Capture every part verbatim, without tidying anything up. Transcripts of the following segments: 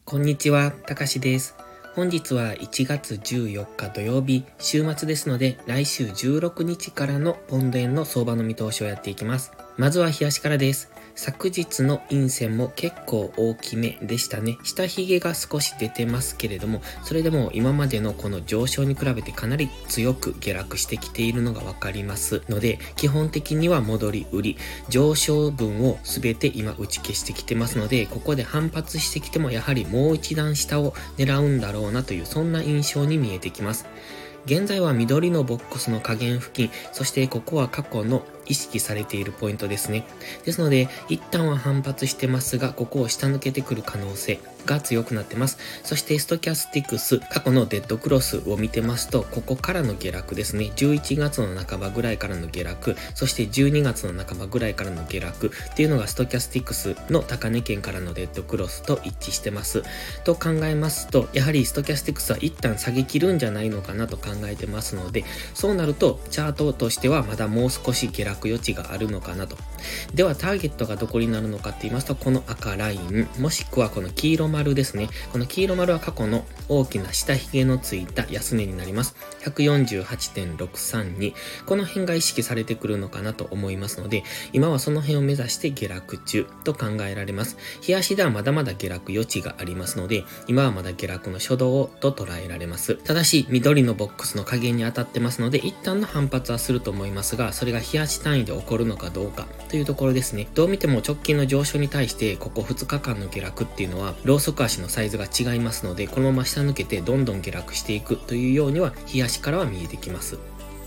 こんにちは、たかしです。本日はいちがつじゅうよっか土曜日、週末ですので、来週じゅうろくにちからのポンド円の相場の見通しをやっていきます。まずは日足からです。昨日の陰線も結構大きめでしたね。下髭が少し出てますけれども、それでも今までのこの上昇に比べてかなり強く下落してきているのがわかりますので、基本的には戻り売り、上昇分を全て今打ち消してきてますので、ここで反発してきてもやはりもう一段下を狙うんだろうなという、そんな印象に見えてきます。現在は緑のボックスの下限付近、そしてここは過去の意識されているポイントですね。ですので、一旦は反発してますが、ここを下抜けてくる可能性が強くなってます。そしてストキャスティクス、過去のデッドクロスを見てますと、ここからの下落ですね。じゅういちがつの半ばぐらいからの下落、そしてじゅうにがつの半ばぐらいからの下落っていうのがストキャスティクスの高値圏からのデッドクロスと一致してます。と考えますと、やはりストキャスティクスは一旦下げ切るんじゃないのかなと考えてますので、そうなると、チャートとしてはまだもう少し下落余地があるのかなと。ではターゲットがどこになるのかって言いますと、この赤ライン、もしくはこの黄色丸ですね。この黄色丸は過去の大きな下髭のついた安値になります。ひゃくよんじゅうはちてんろくさんに。この辺が意識されてくるのかなと思いますので、今はその辺を目指して下落中と考えられます。日足ではまだまだ下落余地がありますので、今はまだ下落の初動と捉えられます。ただし、緑のボックスの下限に当たってますので、一旦の反発はすると思いますが、それが日足単位で起こるのかどうかというところですね。どう見ても直近の上昇に対してここふつかかんの下落っていうのはローソク足のサイズが違いますので、このまま下抜けてどんどん下落していくというようには日足からは見えてきます。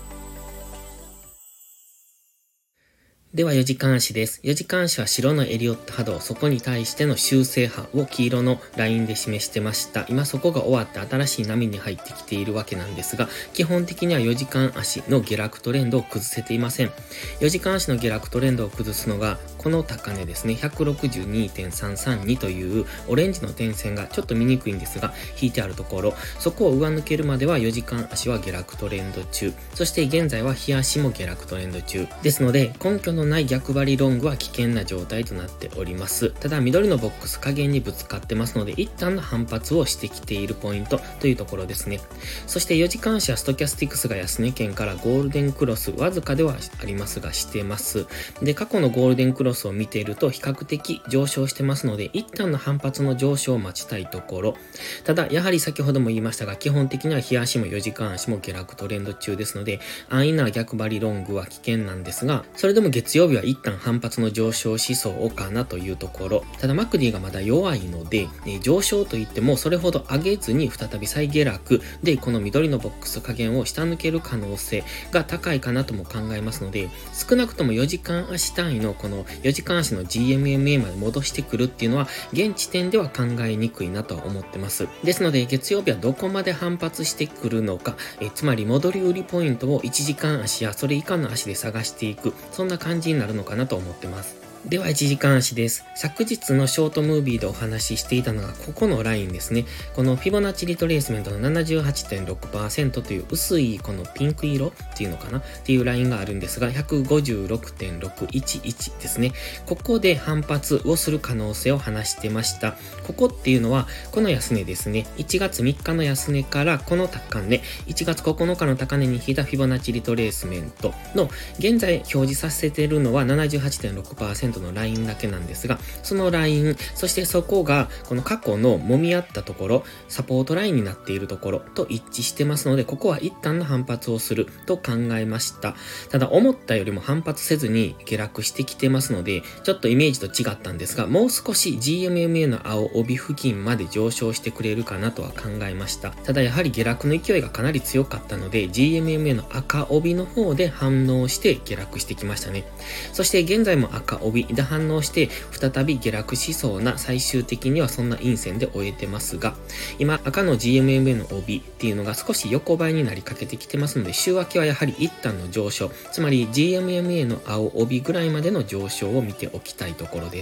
ではよじかん足です。よじかん足は白のエリオット波動、そこに対しての修正波を黄色のラインで示してました。今そこが終わって新しい波に入ってきているわけなんですが、基本的にはよじかん足の下落トレンドを崩せていません。よじかん足の下落トレンドを崩すのが、この高値ですね。ひゃくろくじゅうにてんさんさんに というオレンジの点線がちょっと見にくいんですが、引いてあるところ、そこを上抜けるまではよじかん足は下落トレンド中。そして現在は日足も下落トレンド中。ですので、根拠のない逆張りロングは危険な状態となっております。ただ緑のボックス下限にぶつかってますので、一旦の反発をしてきているポイントというところですね。そしてよじかん足はストキャスティクスが安値圏からゴールデンクロス、わずかではありますがしてます。で、過去のゴールデンクロスを見ていると比較的上昇してますので、一旦の反発の上昇を待ちたいところ。ただ、やはり先ほども言いましたが、基本的には日足もよじかん足も下落トレンド中ですので、安易な逆張りロングは危険なんですが、それでも月曜日は一旦反発の上昇思想かなというところ。ただマクディがまだ弱いので、えー、上昇といってもそれほど上げずに再び再下落で、この緑のボックス加減を下抜ける可能性が高いかなとも考えますので、少なくともよじかん足単位のこのよじかん足の ジーエムエムエー まで戻してくるっていうのは、現時点では考えにくいなとは思ってます。ですので、月曜日はどこまで反発してくるのか、えー、つまり戻り売りポイントをいちじかん足やそれ以下の足で探していく、そんな感じになるのかなと思ってます。ではいちじかん足です。昨日のショートムービーでお話ししていたのがここのラインですね。このフィボナッチリトレースメントの ななじゅうはちてんろくパーセント という薄いこのピンク色っていうのかなっていうラインがあるんですが ひゃくごじゅうろくてんろくいちいち ですね。ここで反発をする可能性を話してました。ここっていうのはこの安値ですね。いちがつみっかの安値からこの高値、いちがつここのかの高値に引いたフィボナッチリトレースメントの現在表示させているのは ななじゅうはちてんろくパーセントのラインだけなんですが、そのライン、そしてそこがこの過去の揉み合ったところ、サポートラインになっているところと一致してますので、ここは一旦の反発をすると考えました。ただ思ったよりも反発せずに下落してきてますので、ちょっとイメージと違ったんですが、もう少し ジーエムエムエー の青帯付近まで上昇してくれるかなとは考えました。ただやはり下落の勢いがかなり強かったので、ジーエムエムエー の赤帯の方で反応して下落してきましたね。そして現在も赤帯で反応して再び下落しそうな、最終的にはそんな陰線で終えてますが、今赤の ジーエムエムエー の帯っていうのが少し横ばいになりかけてきてますので、週明けはやはり一旦の上昇、つまり ジーエムエムエー の青帯ぐらいまでの上昇を見ておきたいところです。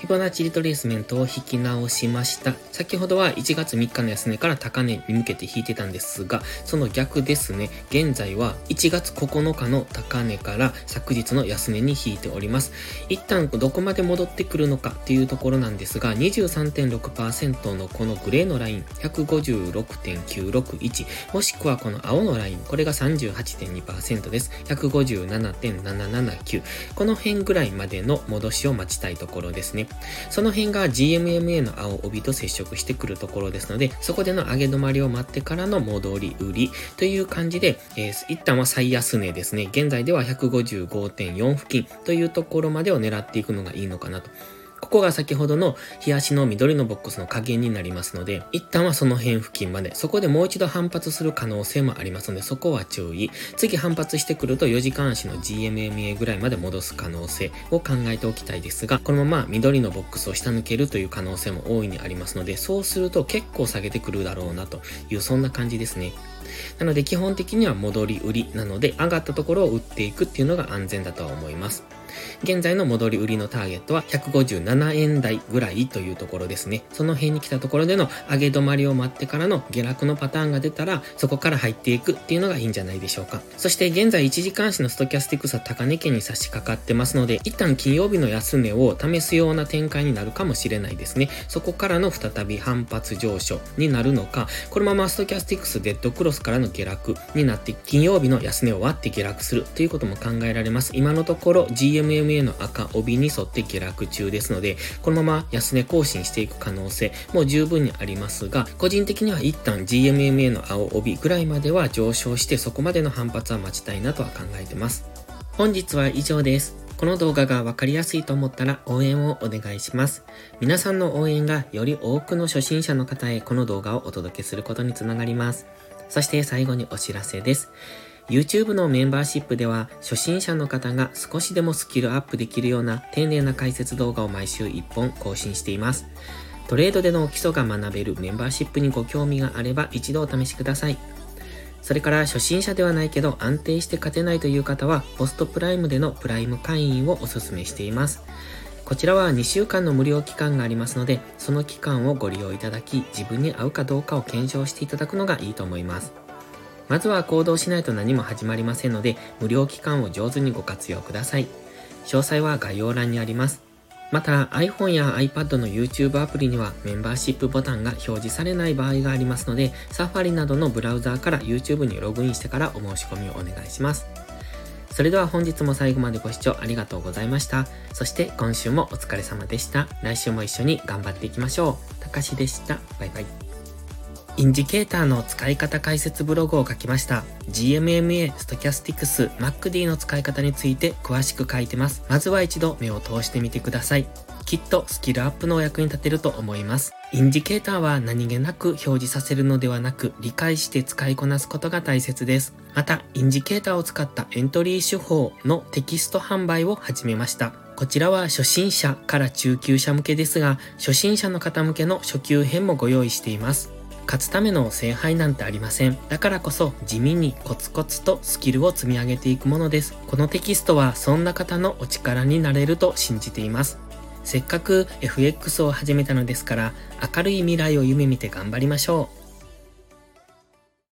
フィボナッチリトレースメントを引き直しました。先ほどはいちがつみっかの安値から高値に向けて引いてたんですが、その逆ですね。現在はいちがつここのかの高値から昨日の安値に引いております。一旦どこまで戻ってくるのかっていうところなんですが、にじゅうさんてんろくパーセント のこのグレーのライン ひゃくごじゅうろくてんきゅうろくいち、もしくはこの青のライン、これが さんじゅうはちてんにパーセント です。ひゃくごじゅうななてんななななきゅう。この辺ぐらいまでの戻しを待ちたいところですね。その辺が ジーエムエムエー の青帯と接触してくるところですので、そこでの上げ止まりを待ってからの戻り売りという感じで、えー、一旦は最安値ですね。現在では ひゃくごじゅうごてんよん 付近というところまでを狙っていくのがいいのかなと。ここが先ほどの日足の緑のボックスの加減になりますので、一旦はその辺付近まで、そこでもう一度反発する可能性もありますので、そこは注意。次反発してくるとよじかん足の ジーエムエムエー ぐらいまで戻す可能性を考えておきたいですが、このまま緑のボックスを下抜けるという可能性も大いにありますので、そうすると結構下げてくるだろうなという、そんな感じですね。なので基本的には戻り売りなので、上がったところを売っていくっていうのが安全だとは思います。現在の戻り売りのターゲットはひゃくごじゅうななえん台ぐらいというところですね。その辺に来たところでの上げ止まりを待ってからの下落のパターンが出たら、そこから入っていくっていうのがいいんじゃないでしょうか。そして現在いちじかん足のストキャスティクスは高値圏に差し掛かってますので、一旦金曜日の安値を試すような展開になるかもしれないですね。そこからの再び反発上昇になるのか、このままストキャスティクスデッドクロスからの下落になって金曜日の安値を割って下落するということも考えられます。今のところ ジーエムエムエー の赤帯に沿って下落中ですので、このまま安値更新していく可能性も十分にありますが、個人的には一旦 ジーエムエムエー の青帯ぐらいまでは上昇して、そこまでの反発は待ちたいなとは考えてます。本日は以上です。この動画がわかりやすいと思ったら応援をお願いします。皆さんの応援がより多くの初心者の方へこの動画をお届けすることにつながります。そして最後にお知らせです。YouTube のメンバーシップでは初心者の方が少しでもスキルアップできるような丁寧な解説動画を毎週いっぽん更新しています。トレードでの基礎が学べるメンバーシップにご興味があれば一度お試しください。それから初心者ではないけど安定して勝てないという方はポストプライムでのプライム会員をお勧めしています。こちらはにしゅうかんの無料期間がありますので、その期間をご利用いただき、自分に合うかどうかを検証していただくのがいいと思います。まずは行動しないと何も始まりませんので、無料期間を上手にご活用ください。詳細は概要欄にあります。また iPhone や iPad の YouTube アプリにはメンバーシップボタンが表示されない場合がありますので、Safari などのブラウザーから YouTube にログインしてからお申し込みをお願いします。それでは本日も最後までご視聴ありがとうございました。そして今週もお疲れ様でした。来週も一緒に頑張っていきましょう。たかしでした。バイバイ。インジケーターの使い方解説ブログを書きました。ジーエムエムエー、ストキャスティクス、マックディ の使い方について詳しく書いてます。まずは一度目を通してみてください。きっとスキルアップのお役に立てると思います。インジケーターは何気なく表示させるのではなく、理解して使いこなすことが大切です。また、インジケーターを使ったエントリー手法のテキスト販売を始めました。こちらは初心者から中級者向けですが、初心者の方向けの初級編もご用意しています。勝つための聖杯なんてありません。だからこそ地味にコツコツとスキルを積み上げていくものです。このテキストはそんな方のお力になれると信じています。せっかく エフエックス を始めたのですから、明るい未来を夢見て頑張りましょう。